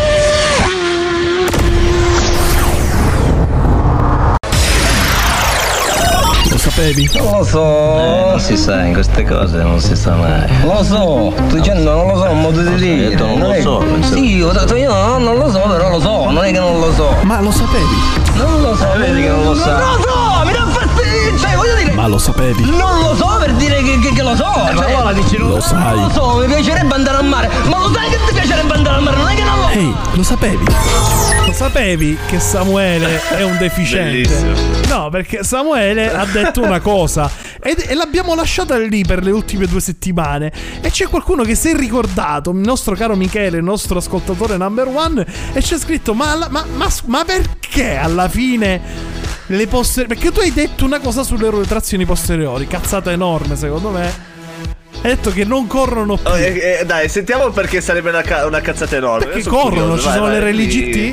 Speaker 2: Lo sapevi?
Speaker 8: Non lo so, eh, non si sa, in queste cose non si sa mai. Lo so, sto dicendo non lo so, un modo di dire. Io detto non, non lo è... so. Sì, io ho detto io no, non lo so, però lo so, non è che non lo so.
Speaker 2: Ma lo sapevi?
Speaker 8: Non lo so, vedi che non lo sa. Non lo so, mi dà fastidio, cioè voglio dire.
Speaker 2: Ma lo sapevi?
Speaker 8: Non lo so per dire che, che, che lo so.
Speaker 2: Eh,
Speaker 8: cioè,
Speaker 2: allora dici non lo sai.
Speaker 8: Non lo so, mi piacerebbe andare a mare. Ma lo sai che ti piacerebbe andare a mare? Non è che non lo so.
Speaker 2: Ehi, lo sapevi? Lo sapevi che Samuele è un deficiente?
Speaker 3: Bellissimo.
Speaker 2: No, perché Samuele ha detto una cosa ed, e l'abbiamo lasciata lì per le ultime due settimane. E c'è qualcuno che si è ricordato, il nostro caro Michele, il nostro ascoltatore number one, e c'è scritto: Ma, la- ma, ma, ma perché alla fine le posteriori? Perché tu hai detto una cosa sulle trazioni posteriori, cazzata enorme secondo me. Hai detto che non corrono più.
Speaker 3: Oh, eh, eh, dai, sentiamo perché sarebbe una, ca- una cazzata enorme.
Speaker 2: Perché
Speaker 3: Io sono
Speaker 2: corrono,
Speaker 3: curioso,
Speaker 2: ci
Speaker 3: vai,
Speaker 2: sono
Speaker 3: vai,
Speaker 2: le rally
Speaker 3: di-
Speaker 2: G T.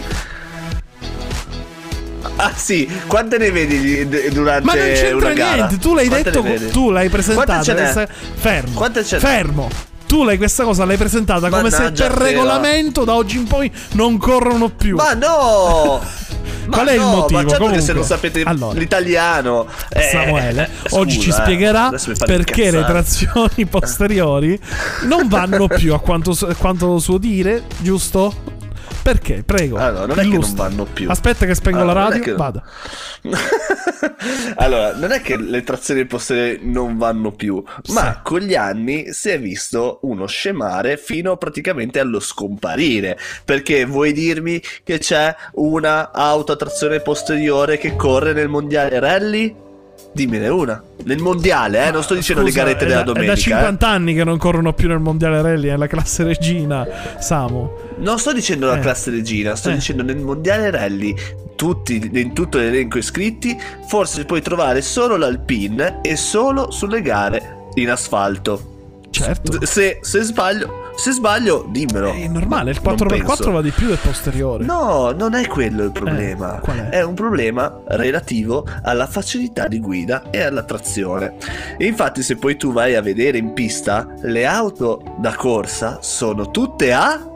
Speaker 3: Ah sì, quante ne vedi d- durante
Speaker 2: Ma non c'entra
Speaker 3: una gara?
Speaker 2: niente, tu l'hai
Speaker 3: Quante
Speaker 2: detto,
Speaker 3: ne vedi?
Speaker 2: tu l'hai presentata.
Speaker 3: Quante ce n'è?
Speaker 2: questa- Fermo.
Speaker 3: Quante ce n'è?
Speaker 2: Fermo. Tu l'hai questa cosa l'hai presentata come se
Speaker 3: Mannaggia
Speaker 2: per
Speaker 3: te,
Speaker 2: regolamento da oggi in poi non corrono più.
Speaker 3: Ma no! Ma
Speaker 2: Qual è il
Speaker 3: no,
Speaker 2: motivo?
Speaker 3: Ma certo
Speaker 2: Comunque,
Speaker 3: che se non sapete
Speaker 2: allora,
Speaker 3: l'italiano eh,
Speaker 2: Samuele
Speaker 3: scusa,
Speaker 2: oggi ci
Speaker 3: eh,
Speaker 2: spiegherà
Speaker 3: adesso mi fate
Speaker 2: perché le
Speaker 3: incazzare.
Speaker 2: trazioni posteriori non vanno più a quanto, a quanto suo dire, giusto? Perché? Prego.
Speaker 3: Allora, non è che
Speaker 2: illustra.
Speaker 3: non vanno più.
Speaker 2: Aspetta che spengo
Speaker 3: Allora,
Speaker 2: la
Speaker 3: non è
Speaker 2: radio.
Speaker 3: che-
Speaker 2: Vada.
Speaker 3: Allora, non è che le trazioni posteriori non vanno più, ma
Speaker 2: Sì.
Speaker 3: con gli anni si è visto uno scemare fino praticamente allo scomparire. Perché vuoi dirmi che c'è una auto a trazione posteriore che corre nel mondiale rally? Dimmene una. Nel mondiale, eh? Non sto dicendo
Speaker 2: Scusa,
Speaker 3: le garette
Speaker 2: è
Speaker 3: della
Speaker 2: da,
Speaker 3: domenica.
Speaker 2: È da cinquanta anni che non corrono più nel mondiale rally, è la classe regina, Samu.
Speaker 3: eh? Non sto dicendo la
Speaker 2: Eh.
Speaker 3: classe regina, sto
Speaker 2: Eh.
Speaker 3: dicendo nel mondiale rally. Tutti, in tutto l'elenco iscritti, forse puoi trovare solo l'Alpine e solo sulle gare in asfalto.
Speaker 2: Certo.
Speaker 3: Se, se sbaglio, se sbaglio, dimmelo.
Speaker 2: È normale, il
Speaker 3: Non
Speaker 2: quattro per quattro
Speaker 3: penso.
Speaker 2: va di più del posteriore.
Speaker 3: No, non è quello il problema.
Speaker 2: Eh, qual è?
Speaker 3: un problema relativo alla facilità di guida e alla trazione. E infatti, se poi tu vai a vedere in pista, le auto da corsa sono tutte a.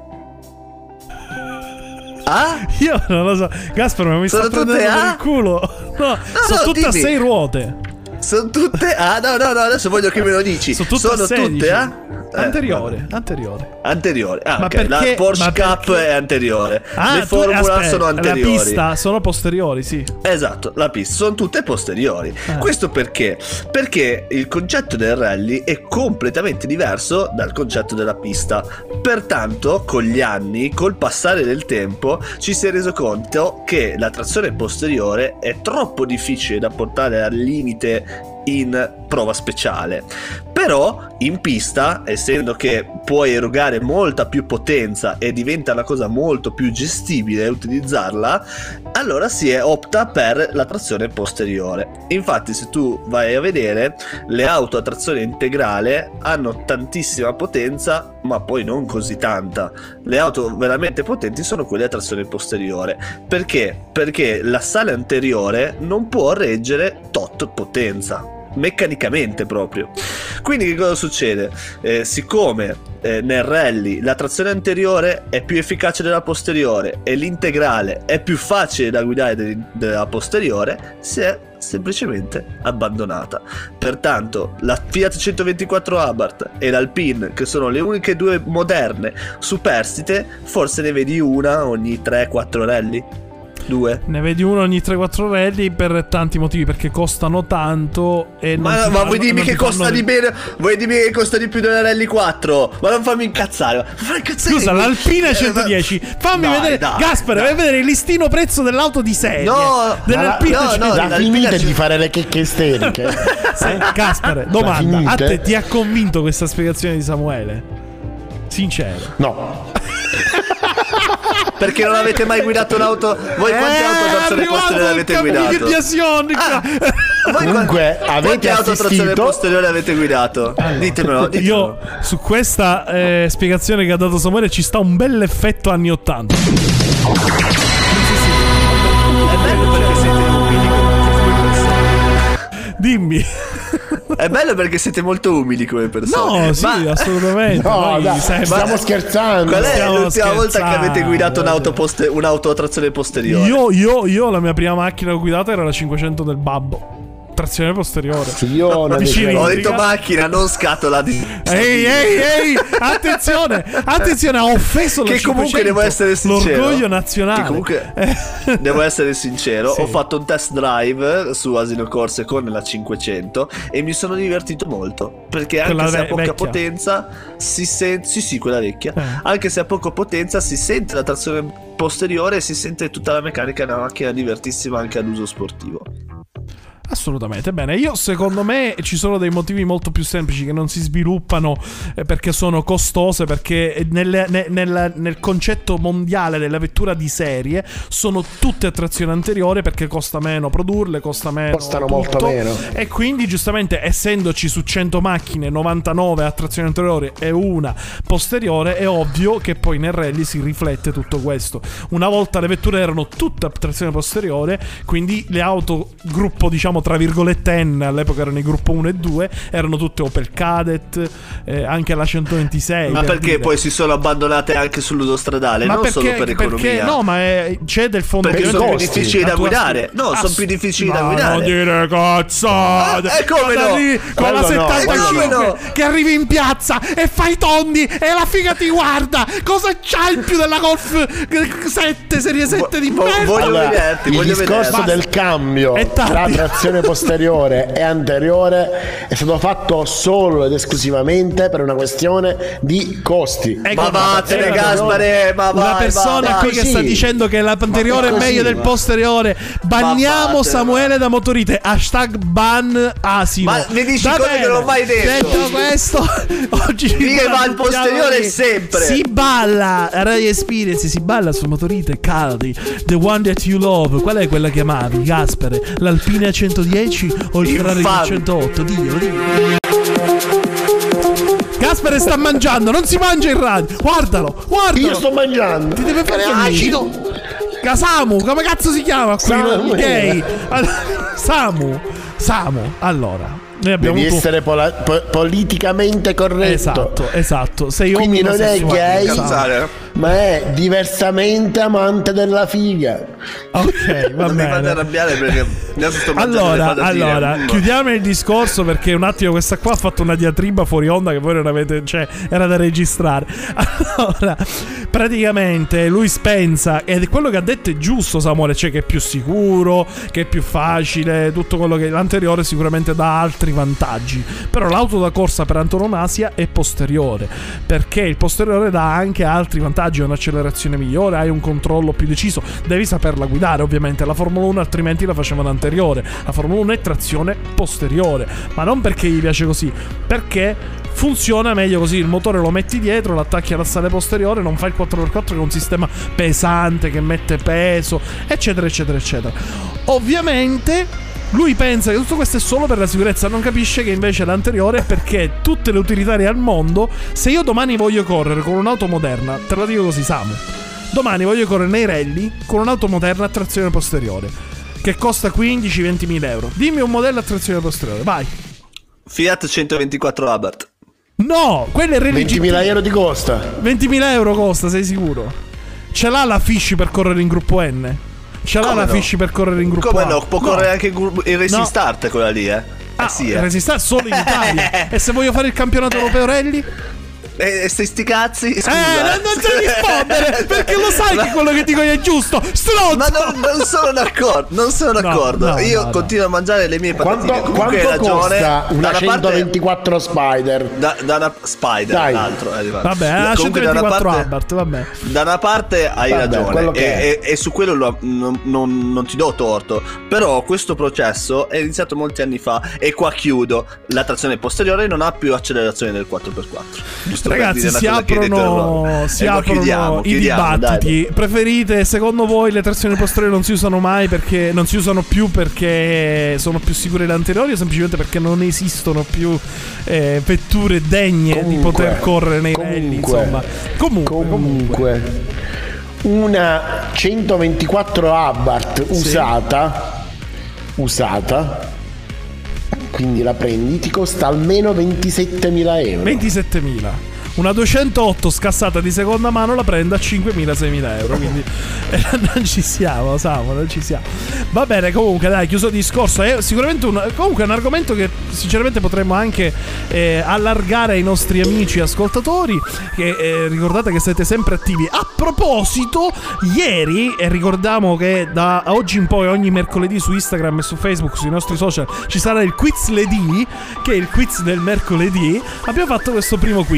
Speaker 3: A?
Speaker 2: Io non lo so. Gasparo, ma mi sta
Speaker 3: Sono tutte
Speaker 2: prendendo per
Speaker 3: A?
Speaker 2: il culo. No, sono
Speaker 3: no,
Speaker 2: tutte a
Speaker 3: dimmi.
Speaker 2: sei ruote.
Speaker 3: Sono tutte a. No, no, no, adesso voglio che me lo dici.
Speaker 2: Sono tutte a sedici.
Speaker 3: tutte a. Eh,
Speaker 2: Anteriore,
Speaker 3: vabbè.
Speaker 2: anteriore.
Speaker 3: Anteriore. Ah,
Speaker 2: Ma
Speaker 3: ok.
Speaker 2: perché-
Speaker 3: La Porsche
Speaker 2: ma
Speaker 3: Cup
Speaker 2: perché-
Speaker 3: è anteriore.
Speaker 2: Ah,
Speaker 3: Le
Speaker 2: tu-
Speaker 3: Formula
Speaker 2: aspetta,
Speaker 3: sono anteriori.
Speaker 2: La pista sono posteriori, sì.
Speaker 3: Esatto, la pista sono tutte posteriori.
Speaker 2: Ah.
Speaker 3: Questo perché? Perché il concetto del rally è completamente diverso dal concetto della pista. Pertanto, con gli anni, col passare del tempo, ci si è reso conto che la trazione posteriore è troppo difficile da portare al limite in prova speciale. Però in pista, essendo che puoi erogare molta più potenza e diventa una cosa molto più gestibile utilizzarla, allora si è opta per la trazione posteriore. Infatti, se tu vai a vedere, le auto a trazione integrale hanno tantissima potenza, ma poi non così tanta. Le auto veramente potenti sono quelle a trazione posteriore. Perché? Perché la sala anteriore non può reggere tot potenza, meccanicamente proprio. Quindi che cosa succede? Eh, siccome eh, nel rally la trazione anteriore è più efficace della posteriore e l'integrale è più facile da guidare de- della posteriore, si è semplicemente abbandonata. Pertanto la Fiat centoventiquattro Abarth e l'Alpine, che sono le uniche due moderne superstite, forse ne vedi una ogni tre quattro rally. Due.
Speaker 2: Ne vedi uno ogni tre quattro rally per tanti motivi, perché costano tanto e non
Speaker 3: Ma,
Speaker 2: ti
Speaker 3: ma
Speaker 2: fanno-
Speaker 3: vuoi dirmi
Speaker 2: non
Speaker 3: che
Speaker 2: ti
Speaker 3: costa
Speaker 2: fanno-
Speaker 3: di meno? Vuoi dirmi che costa di più della Rally quattro? Ma non fammi incazzare. Ma fammi incazzare.
Speaker 2: Scusa, l'Alpina
Speaker 3: Eh,
Speaker 2: centodieci.
Speaker 3: ma-
Speaker 2: Fammi
Speaker 3: dai,
Speaker 2: vedere,
Speaker 3: dai,
Speaker 2: Gaspare,
Speaker 3: dai.
Speaker 2: vai a vedere il listino prezzo dell'auto di serie.
Speaker 3: No,
Speaker 2: dell'Alpina
Speaker 3: no, no,
Speaker 2: centodieci.
Speaker 4: La
Speaker 3: l'Alpina
Speaker 4: finite
Speaker 3: c'è-
Speaker 4: di fare le checche isteriche.
Speaker 2: Sì, Gaspare, domanda, a
Speaker 4: finite?
Speaker 2: te ti ha convinto questa spiegazione di Samuele? Sincero.
Speaker 4: No.
Speaker 3: Perché non avete mai guidato un'auto? Voi quante
Speaker 2: Eh,
Speaker 3: auto a trazione
Speaker 2: arrivato
Speaker 3: posteriore
Speaker 2: il
Speaker 3: avete
Speaker 2: capo di
Speaker 3: guidato?
Speaker 2: Biasion,
Speaker 3: Ah, voi
Speaker 4: Comunque,
Speaker 3: quante-
Speaker 4: avete
Speaker 3: quante auto a trazione
Speaker 4: assistito?
Speaker 3: posteriore avete guidato? Ditemelo, ditemelo.
Speaker 2: Io su questa eh, spiegazione che ha dato Samuele ci sta un bel effetto anni ottanta.
Speaker 3: È bello perché siete umili come persone.
Speaker 2: Dimmi.
Speaker 3: È bello perché siete molto umili come persone.
Speaker 2: No, sì,
Speaker 3: Ma-
Speaker 2: assolutamente.
Speaker 4: No,
Speaker 2: Poi
Speaker 4: dai,
Speaker 2: sempre-
Speaker 4: stiamo scherzando.
Speaker 3: Qual è
Speaker 2: Stiamo
Speaker 3: l'ultima volta che avete
Speaker 2: scherzando.
Speaker 3: guidato un'auto, poste- un'auto a trazione posteriore?
Speaker 2: Io, io, io la mia prima macchina che ho guidato era la cinquecento del babbo. Trazione posteriore.
Speaker 4: Io non
Speaker 2: Vicini.
Speaker 3: Ho
Speaker 2: Dica-
Speaker 3: detto macchina, non scatola di...
Speaker 2: Ehi, ehi, ehi! Attenzione! Attenzione, ha offeso la
Speaker 3: Che comunque
Speaker 2: cinquecento,
Speaker 3: devo essere sincero.
Speaker 2: l'orgoglio nazionale.
Speaker 3: Che comunque
Speaker 2: Eh.
Speaker 3: devo essere sincero.
Speaker 2: Sì.
Speaker 3: Ho fatto un test drive su Asino Corse con la cinquecento e mi sono divertito molto. Perché anche
Speaker 2: Quella
Speaker 3: se ha
Speaker 2: ve-
Speaker 3: poca
Speaker 2: vecchia?
Speaker 3: potenza si sente. Sì, sì, quella vecchia.
Speaker 2: Eh.
Speaker 3: Anche se ha poca potenza si sente la trazione posteriore e si sente tutta la meccanica. È una macchina divertissima anche all'uso sportivo.
Speaker 2: Assolutamente. Bene, io secondo me ci sono dei motivi molto più semplici che non si sviluppano eh, perché sono costose, perché nelle, ne, nel, nel concetto mondiale della vettura di serie sono tutte a trazione anteriore, perché costa meno produrle, costa meno
Speaker 4: Costano
Speaker 2: tutto,
Speaker 4: molto meno.
Speaker 2: e quindi giustamente essendoci su cento macchine novantanove a trazione anteriore e una posteriore, è ovvio che poi nel rally si riflette tutto questo. Una volta le vetture erano tutte a trazione posteriore, quindi le auto gruppo, diciamo tra virgolette N, all'epoca erano i gruppo uno e due, erano tutte Opel Kadett, eh, anche la centoventisei.
Speaker 3: Ma
Speaker 2: per
Speaker 3: perché
Speaker 2: dire.
Speaker 3: poi si sono abbandonate anche sull'autostradale,
Speaker 2: Ma
Speaker 3: non
Speaker 2: perché,
Speaker 3: solo per economia?
Speaker 2: perché no, ma è, c'è del fondo
Speaker 3: Perché
Speaker 2: di
Speaker 3: sono più
Speaker 2: costi.
Speaker 3: difficili da
Speaker 2: La tua-
Speaker 3: guidare. No,
Speaker 2: Ass-
Speaker 3: sono più difficili
Speaker 2: ma
Speaker 3: da guidare.
Speaker 2: non dire cazzate.
Speaker 3: Ah, e come
Speaker 2: Quando
Speaker 3: no?
Speaker 2: arrivi con la
Speaker 4: Quello no,
Speaker 2: settantacinque
Speaker 3: quello no.
Speaker 2: che arrivi in piazza e fai tondi e la figa ti guarda. Cosa c'hai in più della Golf sette, serie sette di
Speaker 3: vo-
Speaker 2: merda?
Speaker 3: voglio
Speaker 4: Allora,
Speaker 3: vederti,
Speaker 4: il
Speaker 3: voglio
Speaker 4: discorso
Speaker 3: vederti.
Speaker 4: del cambio
Speaker 2: È tardi.
Speaker 4: tra trazione posteriore e anteriore è stato fatto solo ed esclusivamente per una questione di costi.
Speaker 2: Ecco,
Speaker 3: Ma vattene,
Speaker 2: eh,
Speaker 3: Gaspare, ma
Speaker 2: una
Speaker 3: vai,
Speaker 2: persona
Speaker 3: vai,
Speaker 2: qui
Speaker 3: vai.
Speaker 2: che sta
Speaker 4: Così.
Speaker 2: dicendo che l'anteriore è
Speaker 4: Ma
Speaker 2: meglio
Speaker 4: così,
Speaker 2: del
Speaker 4: ma-
Speaker 2: posteriore. Banniamo
Speaker 3: vattene,
Speaker 2: Samuele da Motorite. Hashtag ban asino.
Speaker 3: Ma mi dici
Speaker 2: Va
Speaker 3: cose che
Speaker 2: bene.
Speaker 3: non ho mai detto.
Speaker 2: Detto questo, oggi ci
Speaker 3: Che va al
Speaker 2: buttiamo
Speaker 3: posteriore
Speaker 2: lì.
Speaker 3: sempre.
Speaker 2: Si balla Rai Experience, si balla su Motorite caldi. The one that you love. Qual è quella che amavi, Gaspare? L'Alpina centodieci o il Ferrari
Speaker 3: Infame.
Speaker 2: centootto? Dio, dio. Gaspare sta mangiando, non si mangia in radio. Guardalo, guardalo.
Speaker 4: Io sto mangiando.
Speaker 2: Ti deve fare
Speaker 4: Amici.
Speaker 2: acido. Casamu, come cazzo si chiama qui?
Speaker 4: Samu.
Speaker 2: Gay. Allora, Samu. Samu. Allora, noi abbiamo
Speaker 4: Devi
Speaker 2: avuto...
Speaker 4: essere pola- po- politicamente corretto.
Speaker 2: Esatto, esatto. Sei
Speaker 4: Quindi non è
Speaker 2: omosessuale,
Speaker 4: gay,
Speaker 2: Samu.
Speaker 3: Cazzare.
Speaker 4: ma è diversamente amante della figa.
Speaker 2: Ok, va
Speaker 3: Non mi fate
Speaker 2: bene.
Speaker 3: arrabbiare perché adesso sto mangiando
Speaker 2: Allora,
Speaker 3: le patatine.
Speaker 2: allora,
Speaker 3: Mm.
Speaker 2: chiudiamo il discorso perché un attimo questa qua ha fatto una diatriba fuori onda che voi non avete, cioè era da registrare. Allora, praticamente lui pensa, ed è quello che ha detto è giusto Samuele, cioè che è più sicuro, che è più facile, tutto quello che l'anteriore sicuramente dà altri vantaggi. Però l'auto da corsa per antonomasia è posteriore, perché il posteriore dà anche altri vantaggi, un'accelerazione migliore, hai un controllo più deciso, devi saperla guidare ovviamente. La Formula uno altrimenti la facevano anteriore, la Formula uno è trazione posteriore, ma non perché gli piace così, perché funziona meglio così. Il motore lo metti dietro, l'attacchi alla sale posteriore, non fai il quattro per quattro che è un sistema pesante che mette peso, eccetera eccetera eccetera. Ovviamente lui pensa che tutto questo è solo per la sicurezza, non capisce che invece l'anteriore è perché tutte le utilitarie al mondo, se io domani voglio correre con un'auto moderna, te lo dico così Samu, domani voglio correre nei rally con un'auto moderna a trazione posteriore che costa quindici venti mila euro, dimmi un modello a trazione posteriore, vai.
Speaker 3: Fiat centoventiquattro Abarth.
Speaker 2: No, quello è rally
Speaker 4: ventimila euro di costa.
Speaker 2: ventimila euro costa, sei sicuro? Ce l'ha la Fish per correre in gruppo N? Ce l'ha
Speaker 3: Come
Speaker 2: la
Speaker 3: no?
Speaker 2: Fish per correre in gruppo
Speaker 3: Come
Speaker 2: A?
Speaker 3: no? Può correre anche il il Racing
Speaker 2: No.
Speaker 3: Start quella lì, eh?
Speaker 2: Ah,
Speaker 3: eh sì, eh.
Speaker 2: Resistare solo in Italia. E se voglio fare il campionato europeo rally?
Speaker 3: E sti sti cazzi, scusa.
Speaker 2: Eh, non, non devi rispondere, perché lo sai che quello che dico io è giusto. Stronzo!
Speaker 3: Ma non, non sono d'accordo, non sono
Speaker 2: No,
Speaker 3: d'accordo.
Speaker 2: no,
Speaker 3: Io
Speaker 2: no, no.
Speaker 3: continuo a mangiare le mie patatine.
Speaker 4: Quanto,
Speaker 3: Comunque hai
Speaker 4: quanto
Speaker 3: ragione.
Speaker 4: costa
Speaker 3: Da
Speaker 4: una
Speaker 3: una parte
Speaker 4: centoventiquattro Spider?
Speaker 3: da, da una Spider,
Speaker 4: Dai.
Speaker 3: l'altro. eh,
Speaker 2: Vabbè, è la
Speaker 3: Comunque da una
Speaker 2: centoventiquattro
Speaker 3: parte-
Speaker 2: Abarth, vabbè.
Speaker 3: Da una parte hai
Speaker 4: Vabbè,
Speaker 3: ragione
Speaker 4: quello
Speaker 3: e,
Speaker 4: che è.
Speaker 3: e- e su quello lo- non, non- non ti do torto. Però questo processo è iniziato molti anni fa. E qua chiudo. La trazione posteriore non ha più accelerazione del quattro per quattro. Giusto per
Speaker 2: Ragazzi,
Speaker 3: dire una
Speaker 2: si
Speaker 3: cosa che hai detto
Speaker 2: aprono,
Speaker 3: errore.
Speaker 2: si
Speaker 3: E qua
Speaker 2: aprono
Speaker 3: chiudiamo,
Speaker 2: i
Speaker 3: chiudiamo,
Speaker 2: dibattiti.
Speaker 3: dai.
Speaker 2: Preferite, secondo voi, le trazioni posteriori non si usano mai perché non si usano più perché sono più sicure le anteriori o semplicemente perché non esistono più eh, vetture degne
Speaker 4: Comunque,
Speaker 2: di poter correre nei rally,
Speaker 4: comunque,
Speaker 2: insomma. Comunque, comunque.
Speaker 4: Comunque, una centoventiquattro Abarth usata, usata, quindi la prendi, ti costa almeno ventisettemila euro.
Speaker 2: ventisettemila. Una duecentootto scassata di seconda mano la prende a cinquemila seimila euro. Quindi eh, non ci siamo, Samu, non ci siamo. Va bene, comunque, dai, chiuso il discorso. È sicuramente un, comunque è un argomento che sinceramente potremmo anche eh, allargare ai nostri amici ascoltatori. Che eh, ricordate che siete sempre attivi. A proposito, ieri, e ricordiamo che da oggi in poi, ogni mercoledì su Instagram e su Facebook, sui nostri social, ci sarà il quiz ledì, che è il quiz del mercoledì. Abbiamo fatto questo primo quiz. Abbiamo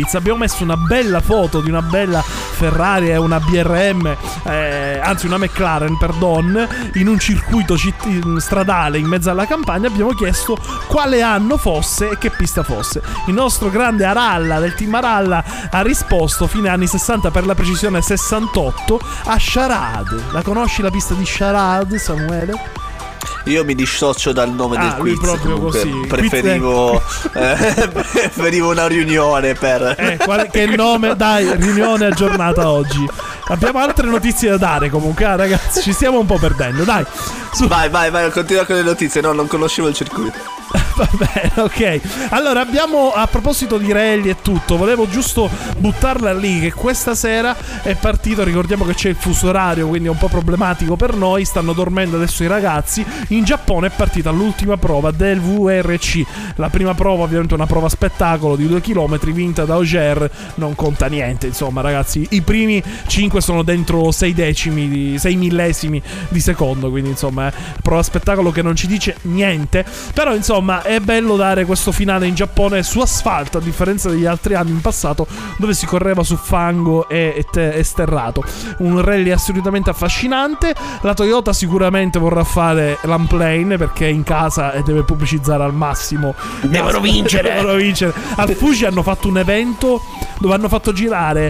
Speaker 2: messo una bella foto di una bella Ferrari e una B R M, eh, anzi una McLaren, perdon, in un circuito citt- stradale in mezzo alla campagna. Abbiamo chiesto quale anno fosse e che pista fosse. Il nostro grande Aralla del team Aralla ha risposto fine anni sessanta, per la precisione sessantotto, a Charade. La conosci la pista di Charade, Samuele?
Speaker 3: Io mi dissocio dal nome
Speaker 2: Ah,
Speaker 3: del
Speaker 2: lui
Speaker 3: quiz.
Speaker 2: proprio
Speaker 3: Comunque,
Speaker 2: così.
Speaker 3: preferivo eh, preferivo una riunione per
Speaker 2: Eh, qual- che nome? Dai, riunione aggiornata oggi. Abbiamo altre notizie da dare comunque, ah, ragazzi, ci stiamo un po' perdendo, dai. Su.
Speaker 3: Vai, vai, vai, continua con le notizie. No, non conoscevo il circuito.
Speaker 2: Va bene, ok. Allora abbiamo, a proposito di rally e tutto, volevo giusto buttarla lì, che questa sera è partito, ricordiamo che c'è il fuso orario, quindi è un po' problematico per noi, stanno dormendo adesso i ragazzi. In Giappone è partita l'ultima prova del V R C. La prima prova ovviamente una prova spettacolo di due chilometri vinta da Ogier, non conta niente, insomma ragazzi, i primi cinque sono dentro sei decimi, di, sei millesimi di secondo, quindi insomma è prova spettacolo che non ci dice niente, però insomma è bello dare questo finale in Giappone su asfalto, a differenza degli altri anni in passato dove si correva su fango e, e, te, e sterrato. Un rally assolutamente affascinante. La Toyota sicuramente vorrà fare l'unplane perché è in casa e deve pubblicizzare al massimo.
Speaker 4: Devono vincere.
Speaker 2: Devono vincere. Al Fuji hanno fatto un evento dove hanno fatto girare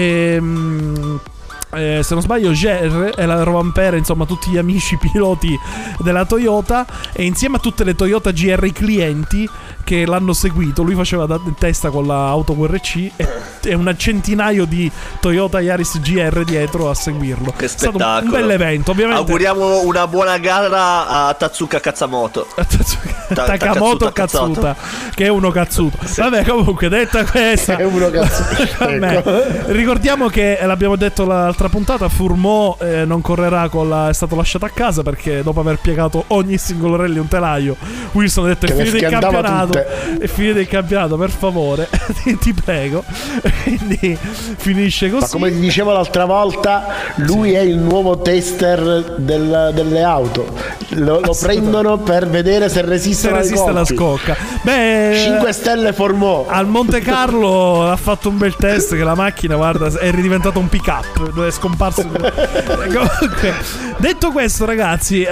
Speaker 2: ehm, Eh, se non sbaglio Ger e la Rovampere, insomma tutti gli amici piloti della Toyota, e insieme a tutte le Toyota G R clienti che l'hanno seguito, lui faceva da testa con la Auto V R C e, e un centinaio di Toyota Yaris G R dietro a seguirlo.
Speaker 3: Che
Speaker 2: è stato
Speaker 3: spettacolo.
Speaker 2: un bel evento, ovviamente.
Speaker 3: Auguriamo una buona gara a Tatsuka Katsamoto. Ta-
Speaker 2: Takamoto Katsuta, che è uno cazzuto. Sì. Vabbè, comunque, detta questa,
Speaker 4: è uno cazzuto.
Speaker 2: Ecco. Ricordiamo che l'abbiamo detto l'altra puntata, Fourmaux eh, non correrà con la, è stato lasciato a casa perché dopo aver piegato ogni singolo rally un telaio, Wilson ha detto è finito il campionato, è finito il campionato, per favore, ti, ti prego. Quindi finisce così.
Speaker 4: Ma come ti dicevo l'altra volta, lui sì. è il nuovo tester del, delle auto. Lo, lo prendono per vedere se resiste,
Speaker 2: se resiste la scocca. Beh,
Speaker 4: cinque stelle Fourmaux.
Speaker 2: Al Monte Carlo ha fatto un bel test che la macchina, guarda, è ridiventata un pick up, è scomparso. Comunque, detto questo, ragazzi,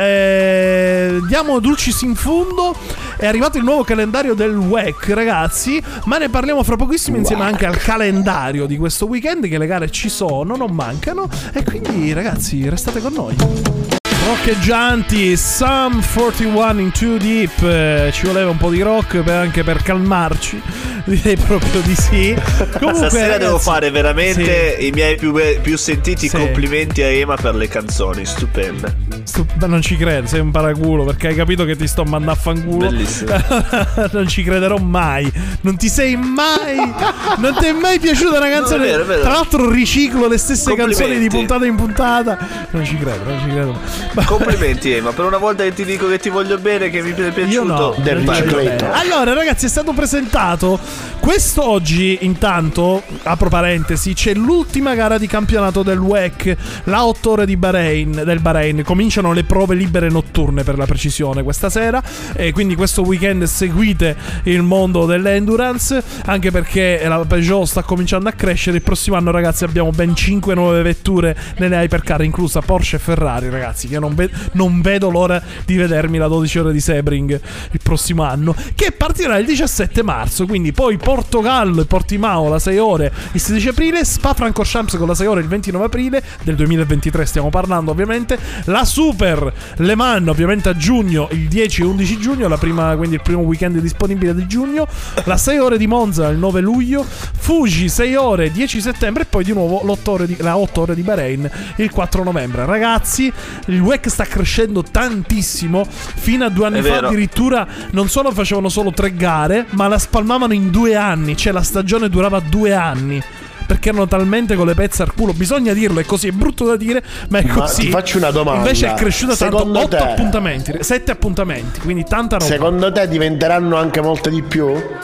Speaker 2: eh, diamo dulcis in fundo. È arrivato il nuovo calendario del W E C, ragazzi, ma ne parliamo fra pochissimo insieme anche al calendario di questo weekend, che le gare ci sono, non mancano, e quindi ragazzi restate con noi. Roccheggianti, Sum quarantuno in Too Deep. eh, Ci voleva un po' di rock per, anche per calmarci. Direi proprio di sì. Comunque,
Speaker 3: stasera
Speaker 2: ragazzi,
Speaker 3: devo fare veramente
Speaker 2: sì.
Speaker 3: i miei più, be- più sentiti
Speaker 2: sì.
Speaker 3: complimenti a Ema per le canzoni, stupende.
Speaker 2: Stup- ma non ci credo, sei un paraculo, perché hai capito che ti sto mandando a fanculo.
Speaker 3: Bellissimo.
Speaker 2: Non ci crederò mai. Non ti sei mai non ti è mai piaciuta una canzone?
Speaker 3: No, è vero, è vero.
Speaker 2: Tra l'altro riciclo le stesse canzoni di puntata in puntata. Non ci credo, non ci credo. Ma...
Speaker 3: complimenti Ema, per una volta che ti dico che ti voglio bene, che mi è piaciuto.
Speaker 2: Io no,
Speaker 4: del ricicletto.
Speaker 2: Allora ragazzi, è stato presentato quest'oggi, intanto apro parentesi, c'è l'ultima gara di campionato del W E C, la otto ore di Bahrain, del Bahrain. Cominciano le prove libere notturne, per la precisione, questa sera, e quindi questo weekend seguite il mondo dell'endurance, anche perché la Peugeot sta cominciando a crescere. Il prossimo anno, ragazzi, abbiamo ben cinque nuove vetture nelle hypercar, inclusa Porsche e Ferrari, ragazzi, che non, ve- non vedo l'ora di vedermi la dodici ore di Sebring il prossimo anno, che partirà il diciassette marzo. Quindi poi Portogallo e Portimao la sei ore il sedici aprile, Spa-Francorchamps con la sei ore il ventinove aprile del duemilaventitré, stiamo parlando ovviamente, la Super Le Mans ovviamente a giugno, il dieci e undici giugno, la prima, quindi il primo weekend disponibile di giugno, la sei ore di Monza il nove luglio, Fuji sei ore dieci settembre, e poi di nuovo l'otto ore di, la otto ore di Bahrain il quattro novembre. Ragazzi, il W E C sta crescendo tantissimo. Fino a due anni
Speaker 3: È
Speaker 2: fa
Speaker 3: vero.
Speaker 2: addirittura non solo facevano solo tre gare, ma la spalmavano in due anni, cioè la stagione durava due anni, perché erano talmente con le pezze al culo. Bisogna dirlo, è così, è brutto da dire, ma è
Speaker 4: Ma
Speaker 2: così.
Speaker 4: ti faccio una domanda.
Speaker 2: Invece è cresciuta tanto,
Speaker 4: Secondo
Speaker 2: otto
Speaker 4: te-
Speaker 2: appuntamenti, sette appuntamenti, quindi tanta roba.
Speaker 4: Secondo te diventeranno anche molte di più?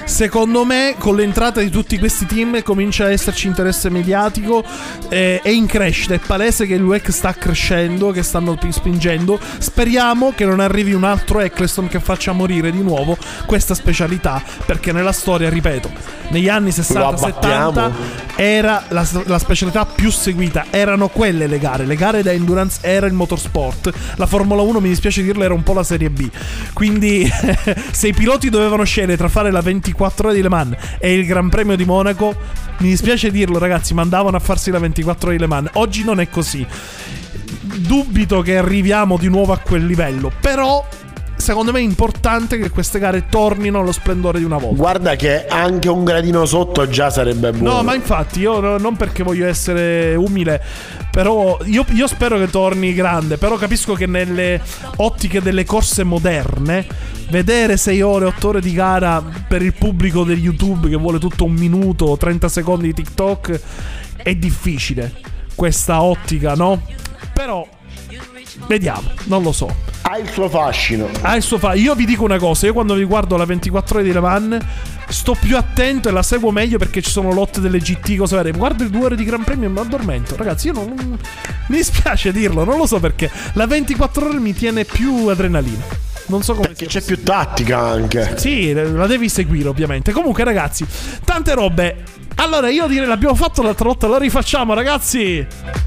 Speaker 2: secondo me con l'entrata di tutti questi team comincia a esserci interesse mediatico, eh, è in crescita, è palese che il W E C sta crescendo, che stanno spingendo. Speriamo che non arrivi un altro Eccleston che faccia morire di nuovo questa specialità, perché nella storia, ripeto, negli anni sessanta settanta era la, la specialità più seguita, erano quelle le gare, le gare da endurance era il motorsport, la Formula uno, mi dispiace dirlo, era un po' la Serie B, quindi se i piloti dovevano scegliere tra fare la ventiquattro ore di Le Mans e il Gran Premio di Monaco, mi dispiace dirlo ragazzi, ma andavano a farsi la ventiquattro ore di Le Mans. Oggi non è così, dubito che arriviamo di nuovo a quel livello, però secondo me è importante che queste gare tornino allo splendore di una volta.
Speaker 4: Guarda che anche un gradino sotto già sarebbe buono.
Speaker 2: No, ma infatti io no, non perché voglio essere umile, però io, io spero che torni grande. Però capisco che nelle ottiche delle corse moderne vedere sei ore, otto ore di gara per il pubblico di YouTube che vuole tutto un minuto, trenta secondi di TikTok, è difficile questa ottica, no? Però vediamo, non lo so.
Speaker 4: Ha il suo fascino.
Speaker 2: Ha il suo fa- Io vi dico una cosa, io quando vi guardo la ventiquattro ore di Le Mans sto più attento e la seguo meglio perché ci sono lotte delle G T, cose varie. Guardo il due ore di Gran Premio e mi addormento. Ragazzi, io non, non mi dispiace dirlo, non lo so perché la ventiquattro ore mi tiene più adrenalina. Non so come,
Speaker 4: perché c'è più tattica anche.
Speaker 2: Sì, la devi seguire ovviamente. Comunque ragazzi, tante robe. Allora io direi l'abbiamo fatto l'altra volta, la rifacciamo ragazzi.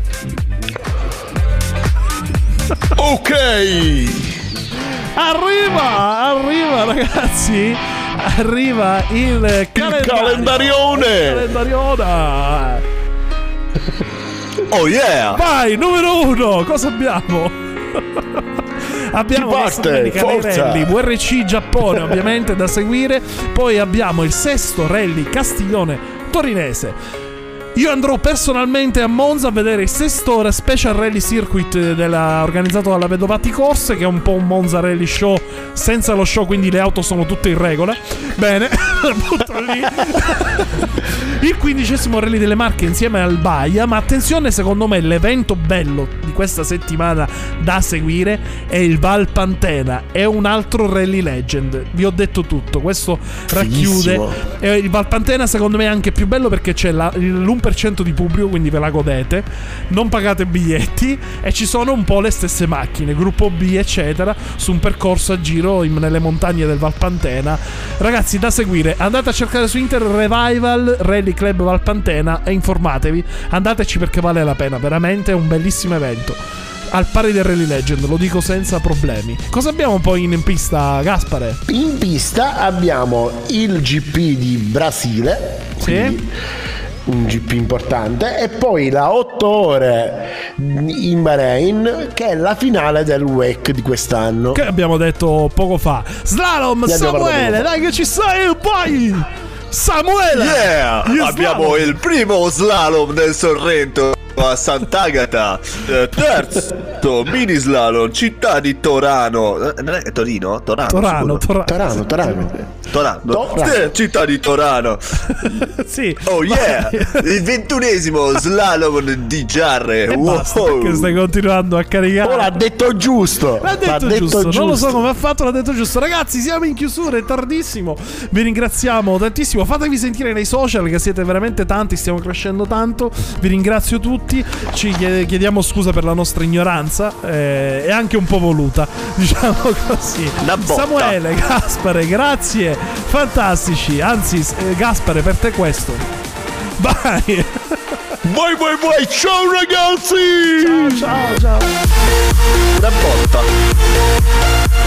Speaker 4: Ok.
Speaker 2: Arriva, arriva ragazzi. Arriva il,
Speaker 4: il calendarione.
Speaker 2: Il calendarione.
Speaker 3: Oh yeah.
Speaker 2: Vai, numero uno, cosa abbiamo? Abbiamo la domenica dei rally V R C Giappone ovviamente da seguire. Poi abbiamo il sesto rally Castiglione Torinese. Io andrò personalmente a Monza a vedere il sesto Special Rally Circuit della, organizzato dalla Vedovati Corse, che è un po' un Monza Rally Show senza lo show, quindi le auto sono tutte in regola. Bene, butto lì. Il quindicesimo Rally delle Marche insieme al Baia. Ma attenzione, secondo me l'evento bello di questa settimana da seguire è il Valpantena, è un altro Rally Legend. Vi ho detto tutto, questo racchiude. E il Valpantena secondo me è anche più bello perché c'è la, l'uno per cento di pubblico, quindi ve la godete, non pagate biglietti e ci sono un po' le stesse macchine, gruppo B eccetera, su un percorso a giro in, nelle montagne del Valpantena. Ragazzi, da seguire, andate a cercare su internet Revival Rally Club Valpantena e informatevi, andateci perché vale la pena, veramente è un bellissimo evento, al pari del Rally Legend, lo dico senza problemi. Cosa abbiamo poi in pista, Gaspare?
Speaker 4: In pista abbiamo il G P di Brasile,
Speaker 2: sì,
Speaker 4: un G P importante, e poi la otto ore in Bahrain, che è la finale del W E C di quest'anno,
Speaker 2: che abbiamo detto poco fa. Slalom, Samuele, dai che ci sei, poi Samuele,
Speaker 3: yeah, abbiamo il primo slalom del Sorrento a Sant'Agata, eh, terzo mini slalom città di Torano, eh, non è Torino? Torano,
Speaker 2: Torano, Tora-
Speaker 4: Torano, Torano,
Speaker 3: Torano,
Speaker 4: Torano.
Speaker 3: Eh, città di Torano.
Speaker 2: Sì.
Speaker 3: Oh yeah, il ventunesimo slalom di Giarre.
Speaker 2: E
Speaker 3: wow.
Speaker 2: basta, perché stai continuando a caricare.
Speaker 4: Oh, l'ha detto giusto.
Speaker 2: L'ha detto,
Speaker 4: l'ha detto
Speaker 2: giusto.
Speaker 4: giusto.
Speaker 2: Non lo so come ha fatto, l'ha detto giusto. Ragazzi, siamo in chiusura, è tardissimo. Vi ringraziamo tantissimo. Fatevi sentire nei social, che siete veramente tanti, stiamo crescendo tanto. Vi ringrazio tutti. Ci chiediamo scusa per la nostra ignoranza, eh, e anche un po' voluta, diciamo così. Samuele, Gaspare, grazie, fantastici. Anzi, eh, Gaspare, per te questo. Vai.
Speaker 4: Vai, vai, vai. Ciao ragazzi.
Speaker 2: Ciao, ciao, ciao.
Speaker 3: Una botta.